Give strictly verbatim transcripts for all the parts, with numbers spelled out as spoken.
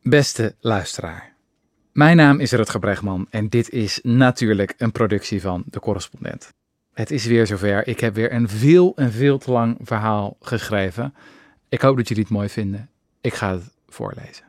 Beste luisteraar, mijn naam is Rutger Bregman en dit is natuurlijk een productie van De Correspondent. Het is weer zover. Ik heb weer een veel en veel te lang verhaal geschreven. Ik hoop dat jullie het mooi vinden. Ik ga het voorlezen.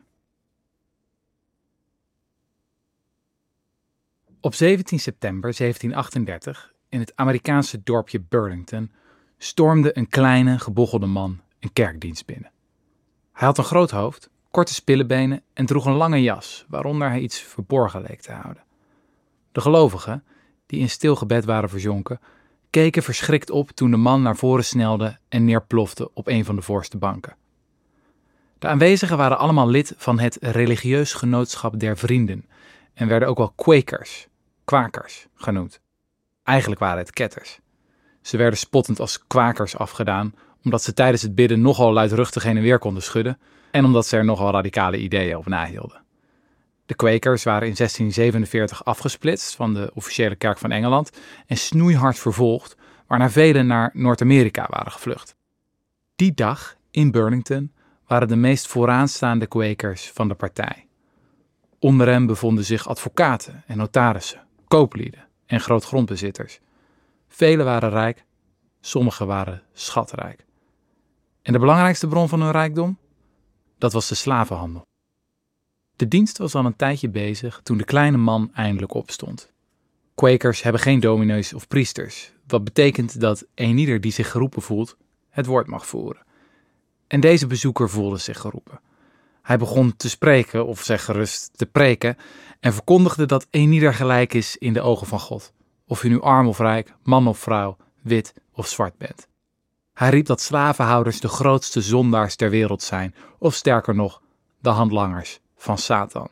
Op zeventien september zeventien achtendertig, in het Amerikaanse dorpje Burlington, stormde een kleine, gebochelde man een kerkdienst binnen. Hij had een groot hoofd, korte spillebenen en droeg een lange jas, waaronder hij iets verborgen leek te houden. De gelovigen, die in stil gebed waren verzonken, keken verschrikt op toen de man naar voren snelde en neerplofte op een van de voorste banken. De aanwezigen waren allemaal lid van het religieus genootschap der vrienden en werden ook wel kwakers, kwakers genoemd. Eigenlijk waren het ketters. Ze werden spottend als kwakers afgedaan, omdat ze tijdens het bidden nogal luidruchtig heen en weer konden schudden en omdat ze er nogal radicale ideeën op nahielden. De kwakers waren in zestien zevenenveertig afgesplitst van de officiële kerk van Engeland en snoeihard vervolgd, waarna velen naar Noord-Amerika waren gevlucht. Die dag in Burlington waren de meest vooraanstaande kwakers van de partij. Onder hen bevonden zich advocaten en notarissen, kooplieden en grootgrondbezitters. Velen waren rijk, sommigen waren schatrijk. En de belangrijkste bron van hun rijkdom? Dat was de slavenhandel. De dienst was al een tijdje bezig toen de kleine man eindelijk opstond. Kwakers hebben geen dominees of priesters, wat betekent dat eenieder die zich geroepen voelt, het woord mag voeren. En deze bezoeker voelde zich geroepen. Hij begon te spreken, of zeg gerust te preken, en verkondigde dat eenieder gelijk is in de ogen van God, of je nu arm of rijk, man of vrouw, wit of zwart bent. Hij riep dat slavenhouders de grootste zondaars ter wereld zijn, of sterker nog, de handlangers van Satan.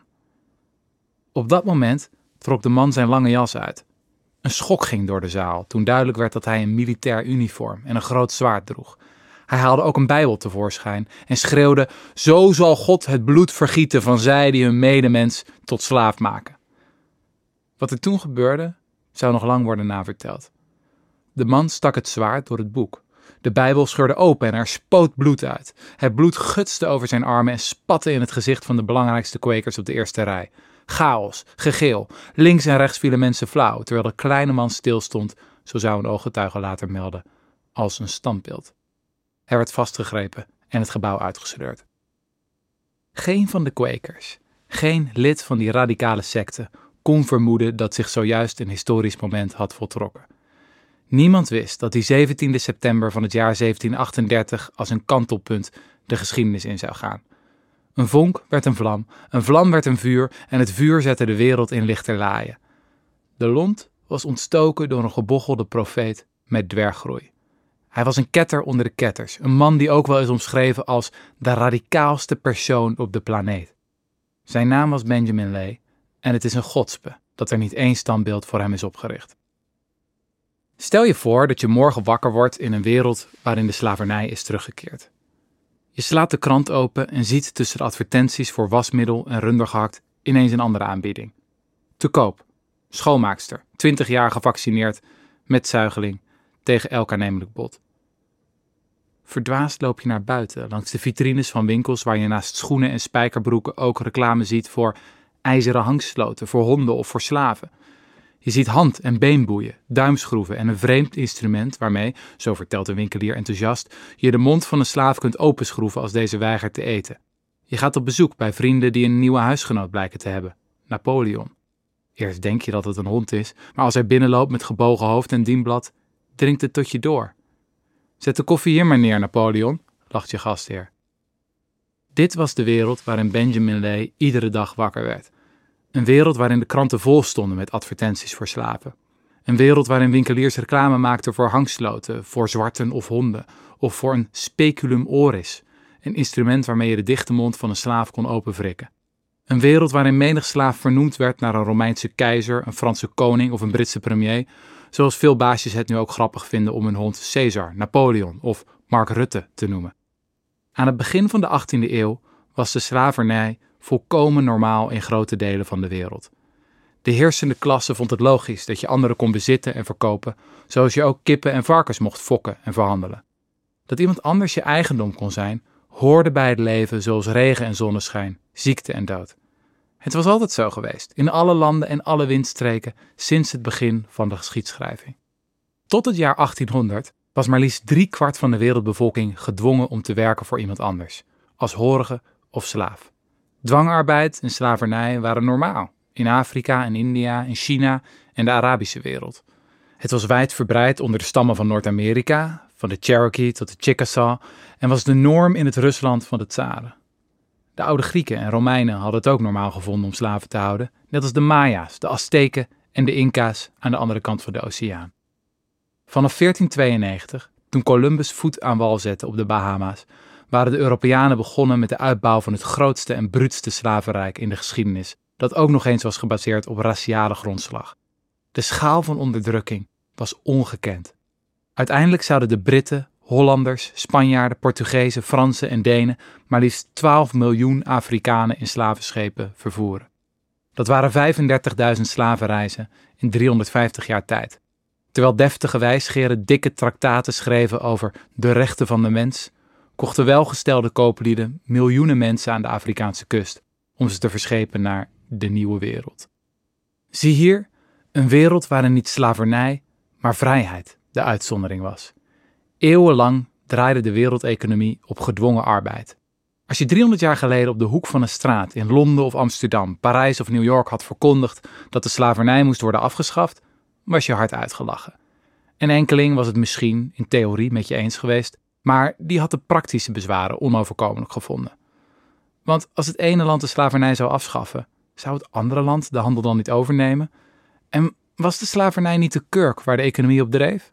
Op dat moment trok de man zijn lange jas uit. Een schok ging door de zaal toen duidelijk werd dat hij een militair uniform en een groot zwaard droeg. Hij haalde ook een bijbel tevoorschijn en schreeuwde: "Zo zal God het bloed vergieten van zij die hun medemens tot slaaf maken." Wat er toen gebeurde, zou nog lang worden naverteld. De man stak het zwaard door het boek. De bijbel scheurde open en er spoot bloed uit. Het bloed gutste over zijn armen en spatte in het gezicht van de belangrijkste kwakers op de eerste rij. Chaos, gegil, links en rechts vielen mensen flauw, terwijl de kleine man stilstond, zo zou een ooggetuige later melden, als een standbeeld. Hij werd vastgegrepen en het gebouw uitgesleurd. Geen van de kwakers, geen lid van die radicale secte, kon vermoeden dat zich zojuist een historisch moment had voltrokken. Niemand wist dat die zeventiende september van het jaar zeventien achtendertig als een kantelpunt de geschiedenis in zou gaan. Een vonk werd een vlam, een vlam werd een vuur en het vuur zette de wereld in lichterlaaien. De lont was ontstoken door een gebochelde profeet met dwerggroei. Hij was een ketter onder de ketters, een man die ook wel is omschreven als de radicaalste persoon op de planeet. Zijn naam was Benjamin Lay en het is een godspe dat er niet één standbeeld voor hem is opgericht. Stel je voor dat je morgen wakker wordt in een wereld waarin de slavernij is teruggekeerd. Je slaat de krant open en ziet tussen de advertenties voor wasmiddel en rundergehakt ineens een andere aanbieding. Te koop, schoonmaakster, twintig jaar gevaccineerd, met zuigeling, tegen elk aannemelijk bod. Verdwaasd loop je naar buiten, langs de vitrines van winkels waar je naast schoenen en spijkerbroeken ook reclame ziet voor ijzeren hangsloten, voor honden of voor slaven. Je ziet hand- en beenboeien, duimschroeven en een vreemd instrument waarmee, zo vertelt een winkelier enthousiast, je de mond van een slaaf kunt openschroeven als deze weigert te eten. Je gaat op bezoek bij vrienden die een nieuwe huisgenoot blijken te hebben, Napoleon. Eerst denk je dat het een hond is, maar als hij binnenloopt met gebogen hoofd en dienblad, dringt het tot je door. Zet de koffie hier maar neer, Napoleon, lacht je gastheer. Dit was de wereld waarin Benjamin Lay iedere dag wakker werd. Een wereld waarin de kranten vol stonden met advertenties voor slaven. Een wereld waarin winkeliers reclame maakten voor hangsloten, voor zwarten of honden, of voor een speculum oris, een instrument waarmee je de dichte mond van een slaaf kon openwrikken. Een wereld waarin menig slaaf vernoemd werd naar een Romeinse keizer, een Franse koning of een Britse premier, zoals veel baasjes het nu ook grappig vinden om hun hond Caesar, Napoleon of Mark Rutte te noemen. Aan het begin van de achttiende eeuw was de slavernij volkomen normaal in grote delen van de wereld. De heersende klasse vond het logisch dat je anderen kon bezitten en verkopen, zoals je ook kippen en varkens mocht fokken en verhandelen. Dat iemand anders je eigendom kon zijn, hoorden bij het leven zoals regen en zonneschijn, ziekte en dood. Het was altijd zo geweest, in alle landen en alle windstreken sinds het begin van de geschiedschrijving. Tot het jaar achttienhonderd was maar liefst drie kwart van de wereldbevolking gedwongen om te werken voor iemand anders, als horige of slaaf. Dwangarbeid en slavernij waren normaal, in Afrika en India, in China en de Arabische wereld. Het was wijdverbreid onder de stammen van Noord-Amerika, van de Cherokee tot de Chickasaw, en was de norm in het Rusland van de tsaren. De oude Grieken en Romeinen hadden het ook normaal gevonden om slaven te houden, net als de Maya's, de Azteken en de Inca's aan de andere kant van de oceaan. Vanaf veertien tweeënnegentig, toen Columbus voet aan wal zette op de Bahama's, waren de Europeanen begonnen met de uitbouw van het grootste en bruutste slavenrijk in de geschiedenis, dat ook nog eens was gebaseerd op raciale grondslag. De schaal van onderdrukking was ongekend. Uiteindelijk zouden de Britten, Hollanders, Spanjaarden, Portugezen, Fransen en Denen maar liefst twaalf miljoen Afrikanen in slavenschepen vervoeren. Dat waren vijfendertigduizend slavenreizen in driehonderdvijftig jaar tijd. Terwijl deftige wijsgeren dikke traktaten schreven over de rechten van de mens, kochten welgestelde kooplieden miljoenen mensen aan de Afrikaanse kust om ze te verschepen naar de nieuwe wereld. Zie hier een wereld waarin niet slavernij, maar vrijheid de uitzondering was. Eeuwenlang draaide de wereldeconomie op gedwongen arbeid. Als je driehonderd jaar geleden op de hoek van een straat in Londen of Amsterdam, Parijs of New York had verkondigd dat de slavernij moest worden afgeschaft, was je hard uitgelachen. Een enkeling was het misschien in theorie met je eens geweest, maar die had de praktische bezwaren onoverkomelijk gevonden. Want als het ene land de slavernij zou afschaffen, zou het andere land de handel dan niet overnemen? En was de slavernij niet de kurk waar de economie op dreef?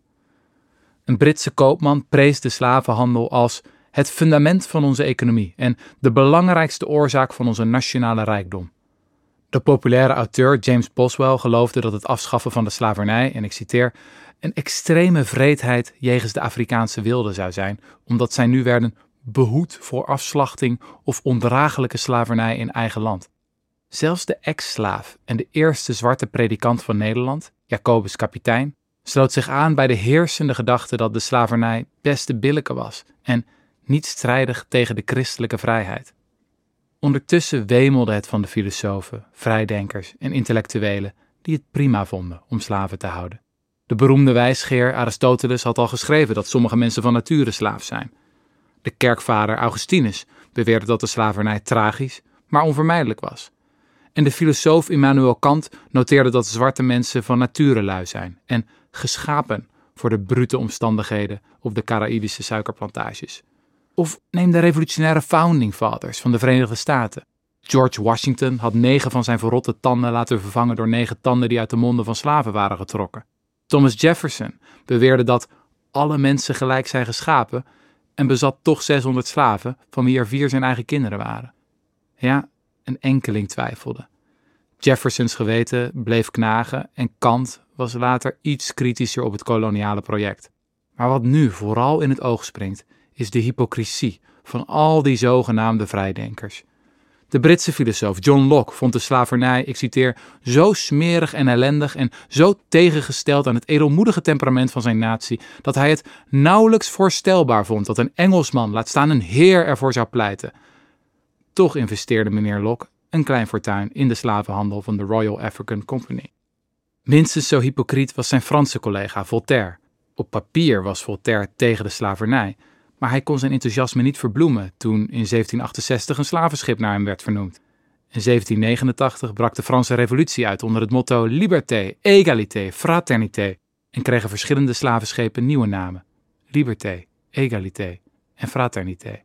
Een Britse koopman prees de slavenhandel als het fundament van onze economie en de belangrijkste oorzaak van onze nationale rijkdom. De populaire auteur James Boswell geloofde dat het afschaffen van de slavernij, en ik citeer, een extreme wreedheid jegens de Afrikaanse wilden zou zijn, omdat zij nu werden behoed voor afslachting of ondraaglijke slavernij in eigen land. Zelfs de ex-slaaf en de eerste zwarte predikant van Nederland, Jacobus Kapitein, sloot zich aan bij de heersende gedachte dat de slavernij best te billijke was en niet strijdig tegen de christelijke vrijheid. Ondertussen wemelde het van de filosofen, vrijdenkers en intellectuelen die het prima vonden om slaven te houden. De beroemde wijsgeer Aristoteles had al geschreven dat sommige mensen van nature slaaf zijn. De kerkvader Augustinus beweerde dat de slavernij tragisch, maar onvermijdelijk was. En de filosoof Immanuel Kant noteerde dat zwarte mensen van nature lui zijn en geschapen voor de brute omstandigheden op de Caraïbische suikerplantages. Of neem de revolutionaire founding fathers van de Verenigde Staten. George Washington had negen van zijn verrotte tanden laten vervangen door negen tanden die uit de monden van slaven waren getrokken. Thomas Jefferson beweerde dat alle mensen gelijk zijn geschapen en bezat toch zeshonderd slaven, van wie er vier zijn eigen kinderen waren. Ja, een enkeling twijfelde. Jeffersons geweten bleef knagen en Kant was later iets kritischer op het koloniale project. Maar wat nu vooral in het oog springt, is de hypocrisie van al die zogenaamde vrijdenkers. De Britse filosoof John Locke vond de slavernij, ik citeer, zo smerig en ellendig en zo tegengesteld aan het edelmoedige temperament van zijn natie, dat hij het nauwelijks voorstelbaar vond dat een Engelsman, laat staan een heer, ervoor zou pleiten. Toch investeerde meneer Locke een klein fortuin in de slavenhandel van de Royal African Company. Minstens zo hypocriet was zijn Franse collega Voltaire. Op papier was Voltaire tegen de slavernij, maar hij kon zijn enthousiasme niet verbloemen toen in zeventien achtenzestig een slavenschip naar hem werd vernoemd. In zeventien negenentachtig brak de Franse revolutie uit onder het motto Liberté, Égalité, Fraternité en kregen verschillende slavenschepen nieuwe namen: Liberté, Égalité en Fraternité.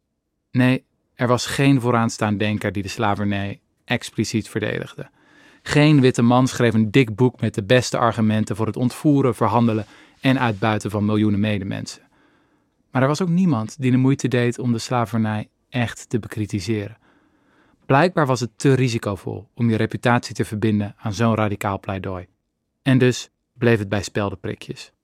Nee, er was geen vooraanstaand denker die de slavernij expliciet verdedigde. Geen witte man schreef een dik boek met de beste argumenten voor het ontvoeren, verhandelen en uitbuiten van miljoenen medemensen. Maar er was ook niemand die de moeite deed om de slavernij echt te bekritiseren. Blijkbaar was het te risicovol om je reputatie te verbinden aan zo'n radicaal pleidooi. En dus bleef het bij speldenprikjes.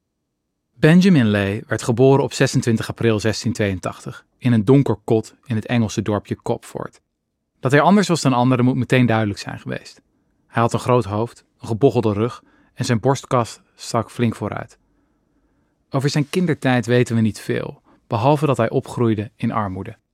Benjamin Lay werd geboren op zesentwintig april zestientweeëntachtig in een donker kot in het Engelse dorpje Copford. Dat hij anders was dan anderen moet meteen duidelijk zijn geweest. Hij had een groot hoofd, een gebochelde rug en zijn borstkas stak flink vooruit. Over zijn kindertijd weten we niet veel, behalve dat hij opgroeide in armoede.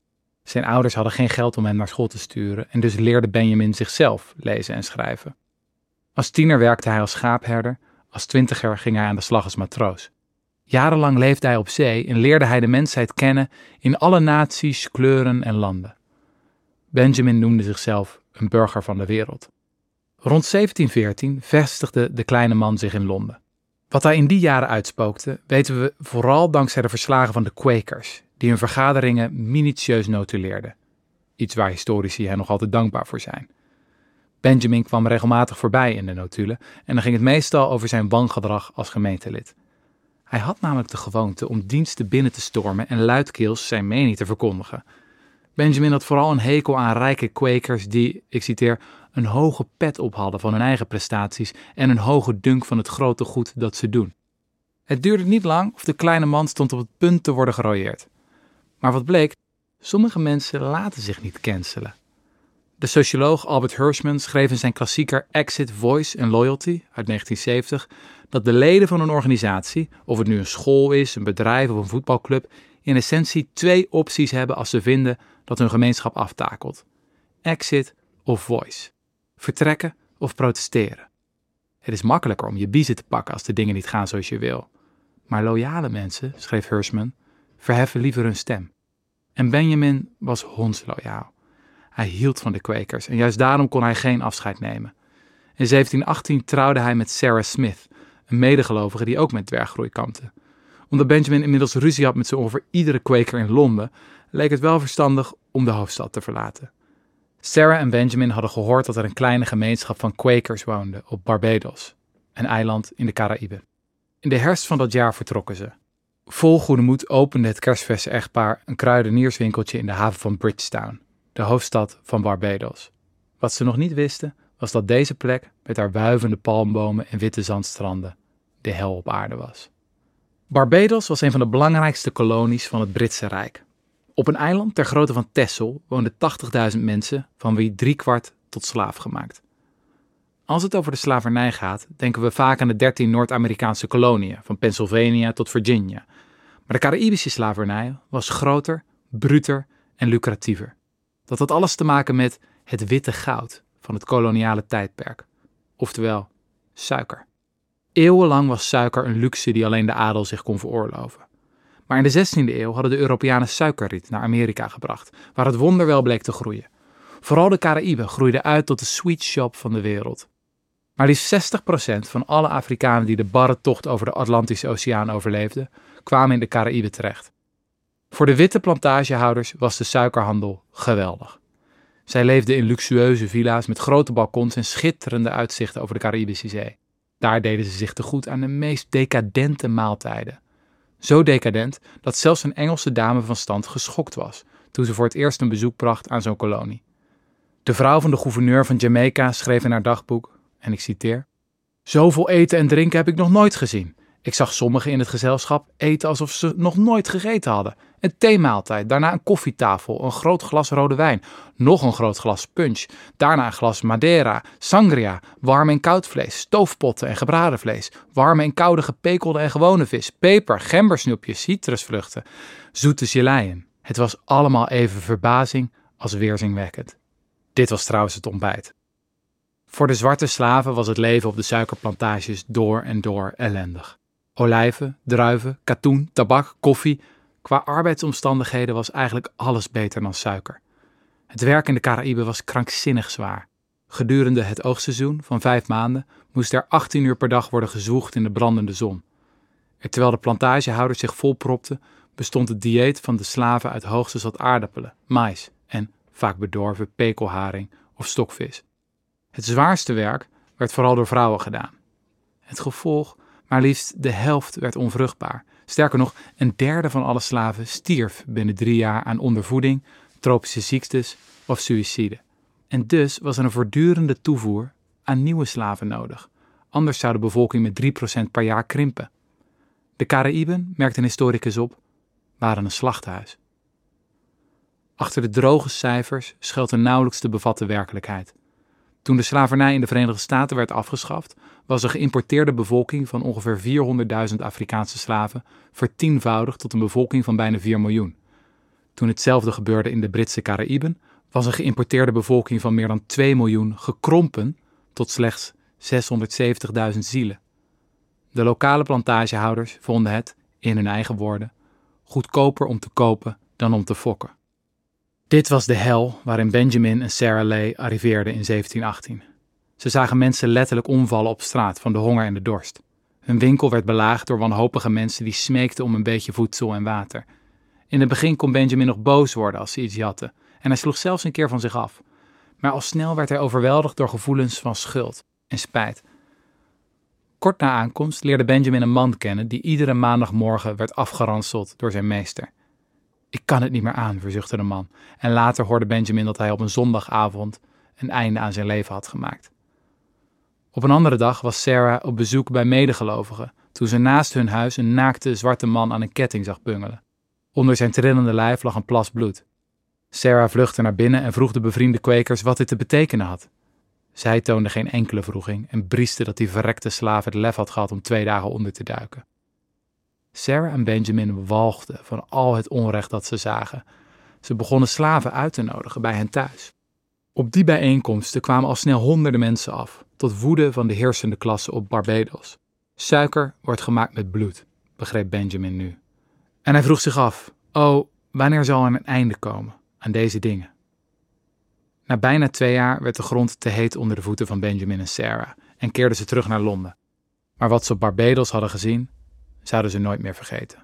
Zijn ouders hadden geen geld om hem naar school te sturen en dus leerde Benjamin zichzelf lezen en schrijven. Als tiener werkte hij als schaapherder, als twintiger ging hij aan de slag als matroos. Jarenlang leefde hij op zee en leerde hij de mensheid kennen in alle naties, kleuren en landen. Benjamin noemde zichzelf een burger van de wereld. Rond zeventien veertien vestigde de kleine man zich in Londen. Wat hij in die jaren uitspookte, weten we vooral dankzij de verslagen van de Quakers, die hun vergaderingen minutieus notuleerden. Iets waar historici hen nog altijd dankbaar voor zijn. Benjamin kwam regelmatig voorbij in de notulen en dan ging het meestal over zijn wangedrag als gemeentelid. Hij had namelijk de gewoonte om diensten binnen te stormen en luidkeels zijn mening te verkondigen. Benjamin had vooral een hekel aan rijke Quakers die, ik citeer, een hoge pet op hadden van hun eigen prestaties en een hoge dunk van het grote goed dat ze doen. Het duurde niet lang of de kleine man stond op het punt te worden gerooieerd. Maar wat bleek, sommige mensen laten zich niet cancelen. De socioloog Albert Hirschman schreef in zijn klassieker Exit, Voice and Loyalty uit negentien zeventig dat de leden van een organisatie, of het nu een school is, een bedrijf of een voetbalclub, in essentie twee opties hebben als ze vinden dat hun gemeenschap aftakelt. Exit of voice. Vertrekken of protesteren. Het is makkelijker om je biezen te pakken als de dingen niet gaan zoals je wil. Maar loyale mensen, schreef Hirschman, verheffen liever hun stem. En Benjamin was hondsloyaal. Hij hield van de Quakers en juist daarom kon hij geen afscheid nemen. In zeventien achttien trouwde hij met Sarah Smith, een medegelovige die ook met dwerggroei kampte. Omdat Benjamin inmiddels ruzie had met zo ongeveer iedere Quaker in Londen, leek het wel verstandig om de hoofdstad te verlaten. Sarah en Benjamin hadden gehoord dat er een kleine gemeenschap van Quakers woonde op Barbados, een eiland in de Caraïben. In de herfst van dat jaar vertrokken ze. Vol goede moed opende het kerstverse echtpaar een kruidenierswinkeltje in de haven van Bridgetown, de hoofdstad van Barbados. Wat ze nog niet wisten, was dat deze plek met haar wuivende palmbomen en witte zandstranden de hel op aarde was. Barbados was een van de belangrijkste kolonies van het Britse Rijk. Op een eiland ter grootte van Texel woonden tachtigduizend mensen, van wie driekwart tot slaaf gemaakt. Als het over de slavernij gaat, denken we vaak aan de dertien Noord-Amerikaanse koloniën, van Pennsylvania tot Virginia. Maar de Caraïbische slavernij was groter, bruter en lucratiever. Dat had alles te maken met het witte goud van het koloniale tijdperk. Oftewel, suiker. Eeuwenlang was suiker een luxe die alleen de adel zich kon veroorloven. Maar in de zestiende eeuw hadden de Europeanen suikerriet naar Amerika gebracht, waar het wonderwel bleek te groeien. Vooral de Caraïben groeiden uit tot de sweet shop van de wereld. Maar liefst zestig procent van alle Afrikanen die de barre tocht over de Atlantische Oceaan overleefden, kwamen in de Caraïben terecht. Voor de witte plantagehouders was de suikerhandel geweldig. Zij leefden in luxueuze villa's met grote balkons en schitterende uitzichten over de Caribische Zee. Daar deden ze zich te goed aan de meest decadente maaltijden. Zo decadent dat zelfs een Engelse dame van stand geschokt was toen ze voor het eerst een bezoek bracht aan zo'n kolonie. De vrouw van de gouverneur van Jamaica schreef in haar dagboek, en ik citeer: "Zoveel eten en drinken heb ik nog nooit gezien. Ik zag sommigen in het gezelschap eten alsof ze nog nooit gegeten hadden. Een theemaaltijd, daarna een koffietafel, een groot glas rode wijn, nog een groot glas punch, daarna een glas madeira, sangria, warm en koud vlees, stoofpotten en gebraden vlees, warme en koude gepekelde en gewone vis, peper, gembersnoepjes, citrusvruchten, zoete geleien. Het was allemaal even verbazing als weerzinwekkend." Dit was trouwens het ontbijt. Voor de zwarte slaven was het leven op de suikerplantages door en door ellendig. Olijven, druiven, katoen, tabak, koffie. Qua arbeidsomstandigheden was eigenlijk alles beter dan suiker. Het werk in de Caraïben was krankzinnig zwaar. Gedurende het oogstseizoen van vijf maanden moest er achttien uur per dag worden gezwoegd in de brandende zon. En terwijl de plantagehouders zich volpropten, bestond het dieet van de slaven uit hoogstens wat aardappelen, maïs en, vaak bedorven, pekelharing of stokvis. Het zwaarste werk werd vooral door vrouwen gedaan. Het gevolg, maar liefst de helft werd onvruchtbaar. Sterker nog, een derde van alle slaven stierf binnen drie jaar aan ondervoeding, tropische ziektes of suïcide. En dus was er een voortdurende toevoer aan nieuwe slaven nodig. Anders zou de bevolking met drie procent per jaar krimpen. De Caraïben, merkte een historicus op, waren een slachthuis. Achter de droge cijfers schuilt een nauwelijks te bevatten werkelijkheid. Toen de slavernij in de Verenigde Staten werd afgeschaft, was de geïmporteerde bevolking van ongeveer vierhonderdduizend Afrikaanse slaven vertienvoudigd tot een bevolking van bijna vier miljoen. Toen hetzelfde gebeurde in de Britse Caraïben, was een geïmporteerde bevolking van meer dan twee miljoen gekrompen tot slechts zeshonderdzeventigduizend zielen. De lokale plantagehouders vonden het, in hun eigen woorden, goedkoper om te kopen dan om te fokken. Dit was de hel waarin Benjamin en Sarah Leigh arriveerden in zeventien achttien. Ze zagen mensen letterlijk omvallen op straat van de honger en de dorst. Hun winkel werd belaagd door wanhopige mensen die smeekten om een beetje voedsel en water. In het begin kon Benjamin nog boos worden als ze iets jatten en hij sloeg zelfs een keer van zich af. Maar al snel werd hij overweldigd door gevoelens van schuld en spijt. Kort na aankomst leerde Benjamin een man kennen die iedere maandagmorgen werd afgeranseld door zijn meester. Ik kan het niet meer aan, verzuchtte de man. En later hoorde Benjamin dat hij op een zondagavond een einde aan zijn leven had gemaakt. Op een andere dag was Sarah op bezoek bij medegelovigen toen ze naast hun huis een naakte zwarte man aan een ketting zag bungelen. Onder zijn trillende lijf lag een plas bloed. Sarah vluchtte naar binnen en vroeg de bevriende kwekers wat dit te betekenen had. Zij toonde geen enkele wroeging en brieste dat die verrekte slaaf het lef had gehad om twee dagen onder te duiken. Sarah en Benjamin walgden van al het onrecht dat ze zagen. Ze begonnen slaven uit te nodigen bij hen thuis. Op die bijeenkomsten kwamen al snel honderden mensen af, tot woede van de heersende klasse op Barbados. Suiker wordt gemaakt met bloed, begreep Benjamin nu. En hij vroeg zich af, oh, wanneer zal er een einde komen aan deze dingen? Na bijna twee jaar werd de grond te heet onder de voeten van Benjamin en Sarah en keerden ze terug naar Londen. Maar wat ze op Barbados hadden gezien, zouden ze nooit meer vergeten.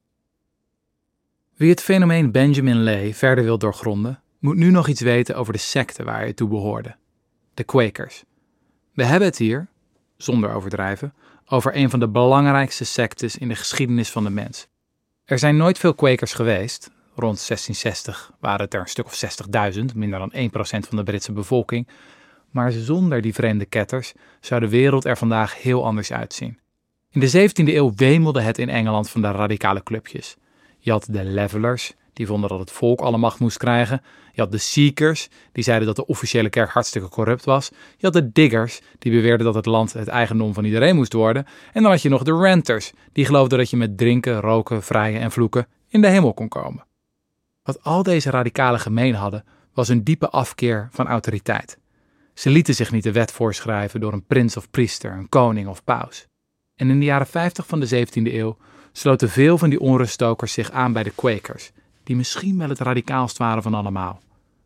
Wie het fenomeen Benjamin Leigh verder wil doorgronden, moet nu nog iets weten over de secte waar hij toe behoorde. De Quakers. We hebben het hier, zonder overdrijven, over een van de belangrijkste sectes in de geschiedenis van de mens. Er zijn nooit veel Quakers geweest. Rond zestienzestig waren het er een stuk of zestigduizend, minder dan één procent van de Britse bevolking. Maar zonder die vreemde ketters zou de wereld er vandaag heel anders uitzien. In de zeventiende eeuw wemelde het in Engeland van de radicale clubjes. Je had de Levelers, die vonden dat het volk alle macht moest krijgen. Je had de Seekers, die zeiden dat de officiële kerk hartstikke corrupt was. Je had de Diggers, die beweerden dat het land het eigendom van iedereen moest worden. En dan had je nog de Renters, die geloofden dat je met drinken, roken, vrijen en vloeken in de hemel kon komen. Wat al deze radicalen gemeen hadden, was een diepe afkeer van autoriteit. Ze lieten zich niet de wet voorschrijven door een prins of priester, een koning of paus. En in de jaren vijftig van de zeventiende eeuw sloten veel van die onruststokers zich aan bij de Quakers, die misschien wel het radicaalst waren van allemaal.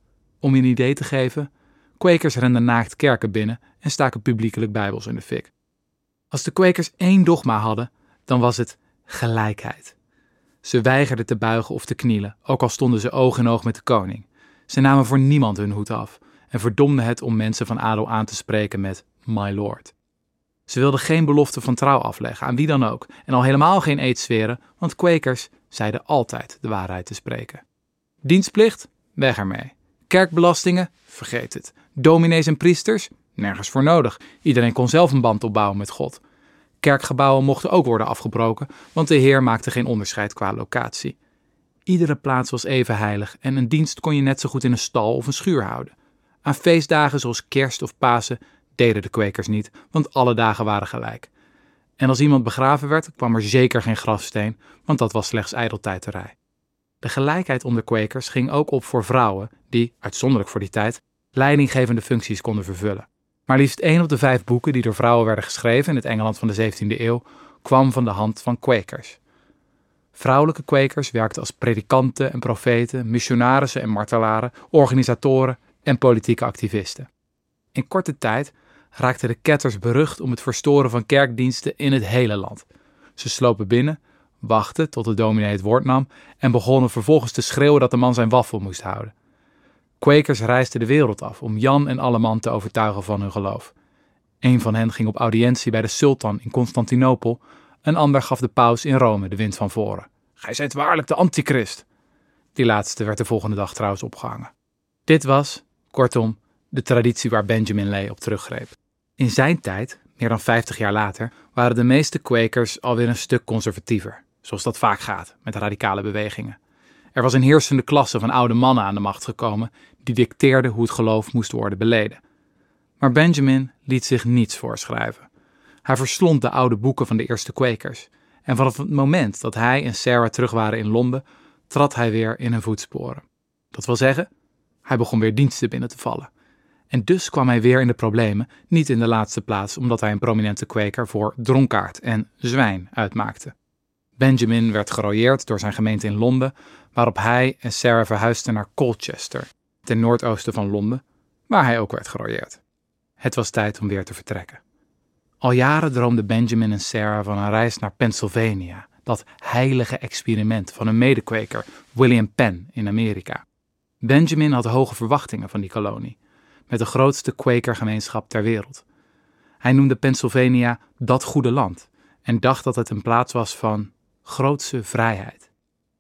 Om je een idee te geven, Quakers renden naakt kerken binnen en staken publiekelijk bijbels in de fik. Als de Quakers één dogma hadden, dan was het gelijkheid. Ze weigerden te buigen of te knielen, ook al stonden ze oog in oog met de koning. Ze namen voor niemand hun hoed af en verdomden het om mensen van adel aan te spreken met my lord. Ze wilden geen belofte van trouw afleggen, aan wie dan ook, en al helemaal geen eed zweren, want Quakers zeiden altijd de waarheid te spreken. Dienstplicht? Weg ermee. Kerkbelastingen? Vergeet het. Dominees en priesters? Nergens voor nodig. Iedereen kon zelf een band opbouwen met God. Kerkgebouwen mochten ook worden afgebroken, want de Heer maakte geen onderscheid qua locatie. Iedere plaats was even heilig en een dienst kon je net zo goed in een stal of een schuur houden. Aan feestdagen zoals Kerst of Pasen deden de Quakers niet, want alle dagen waren gelijk. En als iemand begraven werd, kwam er zeker geen grafsteen, want dat was slechts ijdeltuiterij. De gelijkheid onder Quakers ging ook op voor vrouwen die, uitzonderlijk voor die tijd, leidinggevende functies konden vervullen. Maar liefst één op de vijf boeken die door vrouwen werden geschreven in het Engeland van de zeventiende eeuw, kwam van de hand van Quakers. Vrouwelijke Quakers werkten als predikanten en profeten, missionarissen en martelaren, organisatoren en politieke activisten. In korte tijd raakten de ketters berucht om het verstoren van kerkdiensten in het hele land. Ze slopen binnen, wachten tot de dominee het woord nam en begonnen vervolgens te schreeuwen dat de man zijn wafel moest houden. Quakers reisden de wereld af om Jan en Alleman te overtuigen van hun geloof. Een van hen ging op audiëntie bij de sultan in Constantinopel, een ander gaf de paus in Rome de wind van voren. Gij zijt waarlijk de antichrist. Die laatste werd de volgende dag trouwens opgehangen. Dit was, kortom, de traditie waar Benjamin Leigh op teruggreep. In zijn tijd, meer dan vijftig jaar later, waren de meeste Quakers alweer een stuk conservatiever, zoals dat vaak gaat met radicale bewegingen. Er was een heersende klasse van oude mannen aan de macht gekomen die dicteerden hoe het geloof moest worden beleden. Maar Benjamin liet zich niets voorschrijven. Hij verslond de oude boeken van de eerste Quakers. En vanaf het moment dat hij en Sarah terug waren in Londen, trad hij weer in hun voetsporen. Dat wil zeggen, hij begon weer diensten binnen te vallen. En dus kwam hij weer in de problemen, niet in de laatste plaats omdat hij een prominente kweker voor dronkaard en zwijn uitmaakte. Benjamin werd gerooieerd door zijn gemeente in Londen, waarop hij en Sarah verhuisden naar Colchester, ten noordoosten van Londen, waar hij ook werd gerooieerd. Het was tijd om weer te vertrekken. Al jaren droomden Benjamin en Sarah van een reis naar Pennsylvania, dat heilige experiment van een medekweker, William Penn, in Amerika. Benjamin had hoge verwachtingen van die kolonie, met de grootste kwekergemeenschap ter wereld. Hij noemde Pennsylvania dat goede land en dacht dat het een plaats was van grootse vrijheid.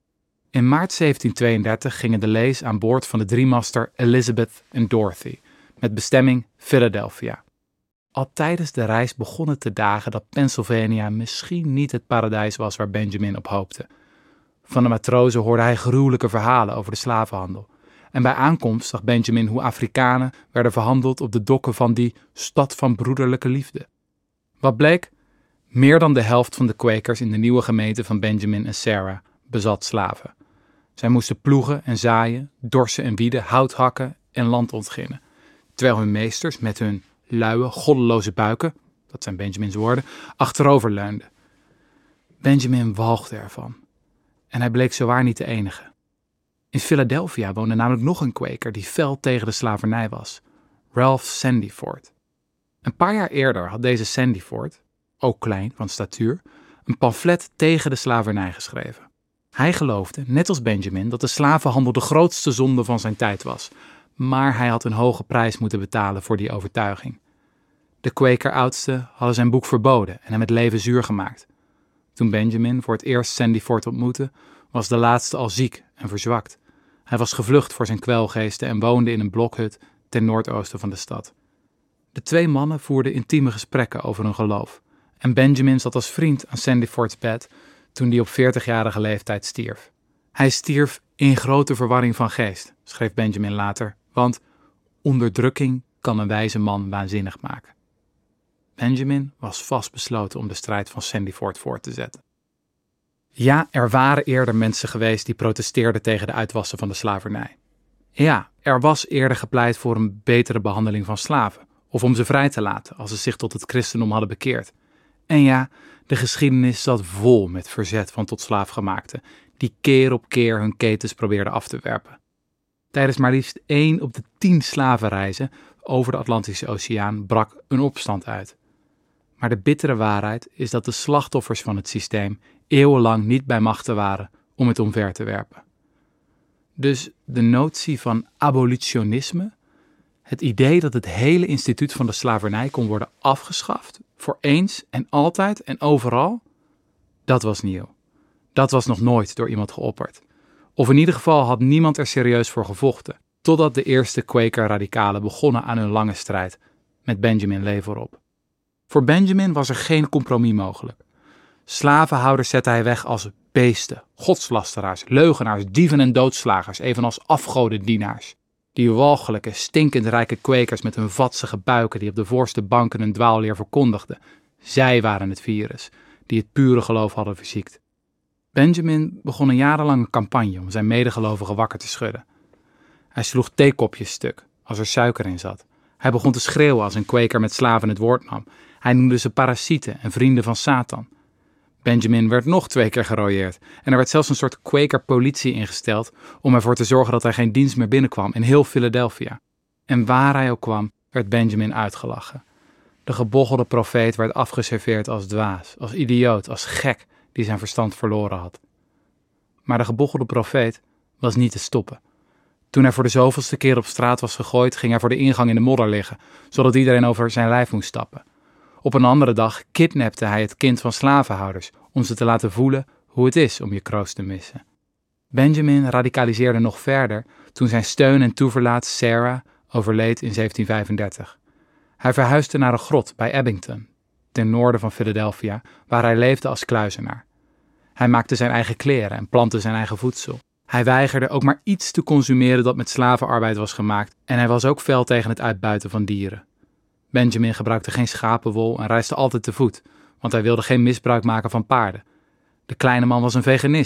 In maart zeventien tweeëndertig gingen de Lees aan boord van de driemaster Elizabeth en Dorothy, met bestemming Philadelphia. Al tijdens de reis begon het te dagen dat Pennsylvania misschien niet het paradijs was waar Benjamin op hoopte. Van de matrozen hoorde hij gruwelijke verhalen over de slavenhandel. En bij aankomst zag Benjamin hoe Afrikanen werden verhandeld op de dokken van die stad van broederlijke liefde. Wat bleek? Meer dan de helft van de kwekers in de nieuwe gemeente van Benjamin en Sarah bezat slaven. Zij moesten ploegen en zaaien, dorsen en wieden, hout hakken en land ontginnen. Terwijl hun meesters met hun luie, goddeloze buiken, dat zijn Benjamins woorden, achterover leunden. Benjamin walgde ervan. En hij bleek zowaar niet de enige. In Philadelphia woonde namelijk nog een kweker die fel tegen de slavernij was. Ralph Sandiford. Een paar jaar eerder had deze Sandiford, ook klein van statuur, een pamflet tegen de slavernij geschreven. Hij geloofde, net als Benjamin, dat de slavenhandel de grootste zonde van zijn tijd was. Maar hij had een hoge prijs moeten betalen voor die overtuiging. De kwekeroudsten hadden zijn boek verboden en hem het leven zuur gemaakt. Toen Benjamin voor het eerst Sandiford ontmoette, was de laatste al ziek en verzwakt. Hij was gevlucht voor zijn kwelgeesten en woonde in een blokhut ten noordoosten van de stad. De twee mannen voerden intieme gesprekken over hun geloof. En Benjamin zat als vriend aan Sandifords bed toen hij op veertigjarige leeftijd stierf. Hij stierf in grote verwarring van geest, schreef Benjamin later, want onderdrukking kan een wijze man waanzinnig maken. Benjamin was vastbesloten om de strijd van Sandiford voort te zetten. Ja, er waren eerder mensen geweest die protesteerden tegen de uitwassen van de slavernij. Ja, er was eerder gepleit voor een betere behandeling van slaven, of om ze vrij te laten als ze zich tot het christendom hadden bekeerd. En ja, de geschiedenis zat vol met verzet van tot slaafgemaakten, die keer op keer hun ketens probeerden af te werpen. Tijdens maar liefst één op de tien slavenreizen over de Atlantische Oceaan brak een opstand uit. Maar de bittere waarheid is dat de slachtoffers van het systeem eeuwenlang niet bij machte waren om het omver te werpen. Dus de notie van abolitionisme, het idee dat het hele instituut van de slavernij kon worden afgeschaft, voor eens en altijd en overal, dat was nieuw. Dat was nog nooit door iemand geopperd. Of in ieder geval had niemand er serieus voor gevochten, totdat de eerste Quaker-radicalen begonnen aan hun lange strijd, met Benjamin Lee voorop. Voor Benjamin was er geen compromis mogelijk. Slavenhouders zette hij weg als beesten, godslasteraars, leugenaars, dieven en doodslagers, evenals afgodendienaars. Die walgelijke, stinkend rijke kwekers met hun vatsige buiken die op de voorste banken een dwaalleer verkondigden. Zij waren het virus, die het pure geloof hadden verziekt. Benjamin begon een jarenlange campagne om zijn medegelovigen wakker te schudden. Hij sloeg theekopjes stuk, als er suiker in zat. Hij begon te schreeuwen als een kweker met slaven het woord nam. Hij noemde ze parasieten en vrienden van Satan. Benjamin werd nog twee keer gerooieerd en er werd zelfs een soort Quaker-politie ingesteld om ervoor te zorgen dat er geen dienst meer binnenkwam in heel Philadelphia. En waar hij ook kwam, werd Benjamin uitgelachen. De gebochelde profeet werd afgeserveerd als dwaas, als idioot, als gek die zijn verstand verloren had. Maar de gebochelde profeet was niet te stoppen. Toen hij voor de zoveelste keer op straat was gegooid, ging hij voor de ingang in de modder liggen, zodat iedereen over zijn lijf moest stappen. Op een andere dag kidnapte hij het kind van slavenhouders om ze te laten voelen hoe het is om je kroost te missen. Benjamin radicaliseerde nog verder toen zijn steun en toeverlaat Sarah overleed in zeventien vijfendertig. Hij verhuisde naar een grot bij Abington, ten noorden van Philadelphia, waar hij leefde als kluizenaar. Hij maakte zijn eigen kleren en plantte zijn eigen voedsel. Hij weigerde ook maar iets te consumeren dat met slavenarbeid was gemaakt en hij was ook fel tegen het uitbuiten van dieren. Benjamin gebruikte geen schapenwol en reisde altijd te voet, want hij wilde geen misbruik maken van paarden. De kleine man was een veganist,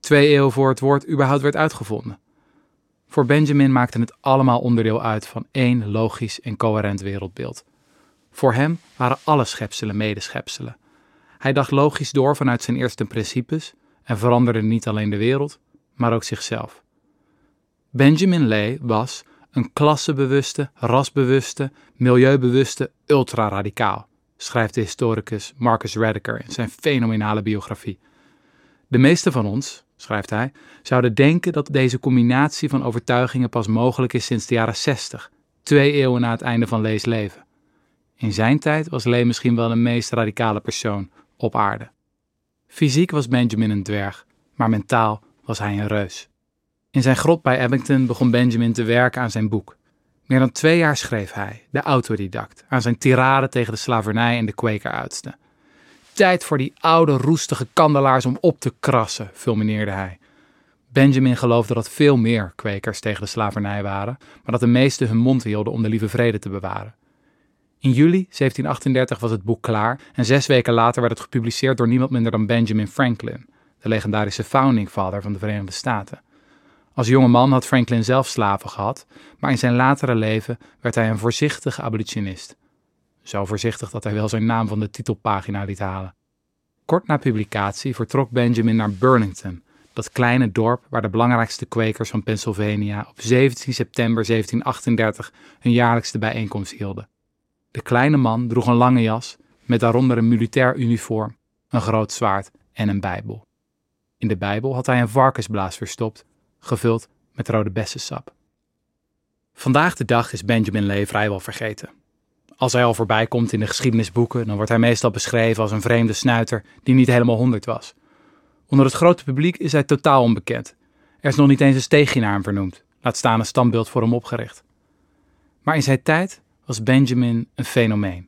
twee eeuwen voor het woord überhaupt werd uitgevonden. Voor Benjamin maakte het allemaal onderdeel uit van één logisch en coherent wereldbeeld. Voor hem waren alle schepselen medeschepselen. Hij dacht logisch door vanuit zijn eerste principes en veranderde niet alleen de wereld, maar ook zichzelf. Benjamin Lay was een klassebewuste, rasbewuste, milieubewuste ultraradicaal, schrijft de historicus Marcus Rediker in zijn fenomenale biografie. De meeste van ons, schrijft hij, zouden denken dat deze combinatie van overtuigingen pas mogelijk is sinds de jaren zestig, twee eeuwen na het einde van Lays leven. In zijn tijd was Lay misschien wel de meest radicale persoon op aarde. Fysiek was Benjamin een dwerg, maar mentaal was hij een reus. In zijn grot bij Abingdon begon Benjamin te werken aan zijn boek. Meer dan twee jaar schreef hij, de autodidact, aan zijn tirade tegen de slavernij en de kwekeroudsten. Tijd voor die oude roestige kandelaars om op te krassen, fulmineerde hij. Benjamin geloofde dat veel meer kwekers tegen de slavernij waren, maar dat de meesten hun mond hielden om de lieve vrede te bewaren. In juli zeventien achtendertig was het boek klaar en zes weken later werd het gepubliceerd door niemand minder dan Benjamin Franklin, de legendarische founding father van de Verenigde Staten. Als jonge man had Franklin zelf slaven gehad, maar in zijn latere leven werd hij een voorzichtige abolitionist. Zo voorzichtig dat hij wel zijn naam van de titelpagina liet halen. Kort na publicatie vertrok Benjamin naar Burlington, dat kleine dorp waar de belangrijkste kwekers van Pennsylvania op zeventien september zeventien achtendertig hun jaarlijkse bijeenkomst hielden. De kleine man droeg een lange jas, met daaronder een militair uniform, een groot zwaard en een bijbel. In de bijbel had hij een varkensblaas verstopt, gevuld met rode bessensap. Vandaag de dag is Benjamin Lay vrijwel vergeten. Als hij al voorbij komt in de geschiedenisboeken, dan wordt hij meestal beschreven als een vreemde snuiter die niet helemaal honderd was. Onder het grote publiek is hij totaal onbekend. Er is nog niet eens een steegje naar hem vernoemd, laat staan een standbeeld voor hem opgericht. Maar in zijn tijd was Benjamin een fenomeen.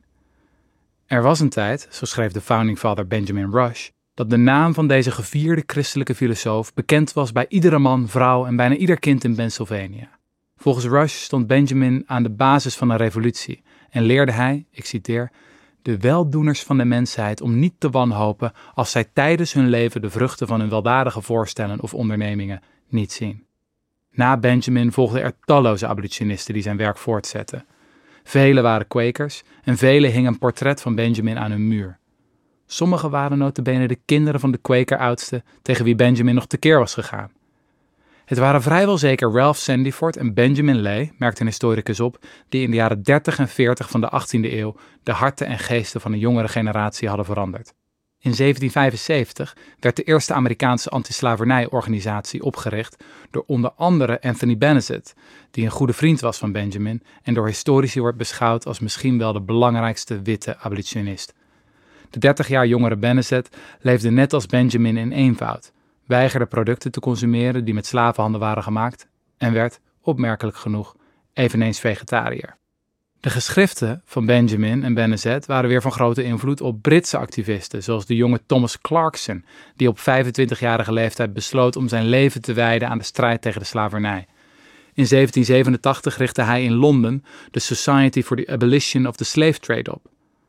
Er was een tijd, zo schreef de founding father Benjamin Rush, dat de naam van deze gevierde christelijke filosoof bekend was bij iedere man, vrouw en bijna ieder kind in Pennsylvania. Volgens Rush stond Benjamin aan de basis van een revolutie en leerde hij, ik citeer, de weldoeners van de mensheid om niet te wanhopen als zij tijdens hun leven de vruchten van hun weldadige voorstellen of ondernemingen niet zien. Na Benjamin volgden er talloze abolitionisten die zijn werk voortzetten. Velen waren kwekers en velen hingen een portret van Benjamin aan hun muur. Sommigen waren nota bene de kinderen van de kwekeroudsten tegen wie Benjamin nog tekeer was gegaan. Het waren vrijwel zeker Ralph Sandiford en Benjamin Lay, merkt een historicus op, die in de jaren dertig en veertig van de achttiende eeuw de harten en geesten van een jongere generatie hadden veranderd. In zeventien vijfenzeventig werd de eerste Amerikaanse antislavernijorganisatie opgericht door onder andere Anthony Benezet, die een goede vriend was van Benjamin en door historici wordt beschouwd als misschien wel de belangrijkste witte abolitionist. De dertig jaar jongere Benezet leefde net als Benjamin in eenvoud, weigerde producten te consumeren die met slavenhanden waren gemaakt en werd, opmerkelijk genoeg, eveneens vegetariër. De geschriften van Benjamin en Benezet waren weer van grote invloed op Britse activisten, zoals de jonge Thomas Clarkson, die op vijfentwintigjarige leeftijd besloot om zijn leven te wijden aan de strijd tegen de slavernij. In zeventien zevenentachtig richtte hij in Londen de Society for the Abolition of the Slave Trade op.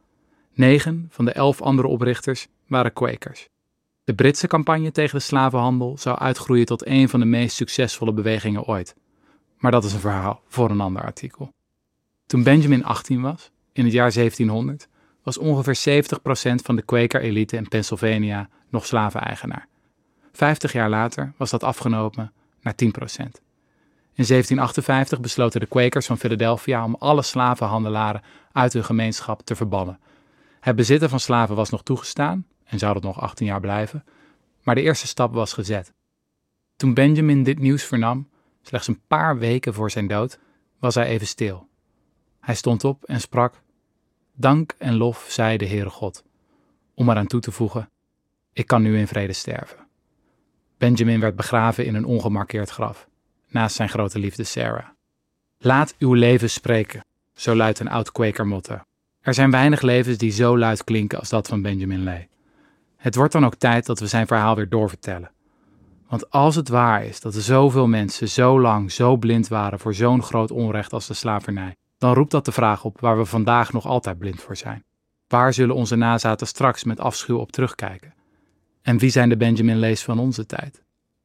Negen van de elf andere oprichters waren kwekers. De Britse campagne tegen de slavenhandel zou uitgroeien tot een van de meest succesvolle bewegingen ooit. Maar dat is een verhaal voor een ander artikel. Toen Benjamin achttien was, in het jaar zeventienhonderd, was ongeveer zeventig procent van de kwekerelite in Pennsylvania nog slaveneigenaar. Vijftig jaar later was dat afgenomen naar tien procent. In zeventien achtenvijftig besloten de kwekers van Philadelphia om alle slavenhandelaren uit hun gemeenschap te verbannen. Het bezitten van slaven was nog toegestaan en zou dat nog achttien jaar blijven, maar de eerste stap was gezet. Toen Benjamin dit nieuws vernam, slechts een paar weken voor zijn dood, was hij even stil. Hij stond op en sprak: dank en lof zij de Heere God, om eraan toe te voegen: ik kan nu in vrede sterven. Benjamin werd begraven in een ongemarkeerd graf, naast zijn grote liefde Sarah. Laat uw leven spreken, zo luidt een oud kwekermotto. Er zijn weinig levens die zo luid klinken als dat van Benjamin Lay. Het wordt dan ook tijd dat we zijn verhaal weer doorvertellen. Want als het waar is dat er zoveel mensen zo lang zo blind waren voor zo'n groot onrecht als de slavernij, dan roept dat de vraag op waar we vandaag nog altijd blind voor zijn. Waar zullen onze nazaten straks met afschuw op terugkijken? En wie zijn de Benjamin Lays van onze tijd?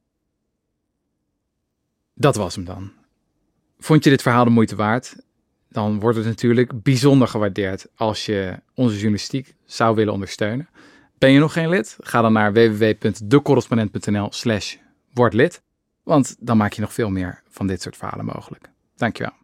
Dat was hem dan. Vond je dit verhaal de moeite waard? Dan wordt het natuurlijk bijzonder gewaardeerd als je onze journalistiek zou willen ondersteunen. Ben je nog geen lid? Ga dan naar w w w punt de correspondent punt n l slash word lid. Want dan maak je nog veel meer van dit soort verhalen mogelijk. Dankjewel.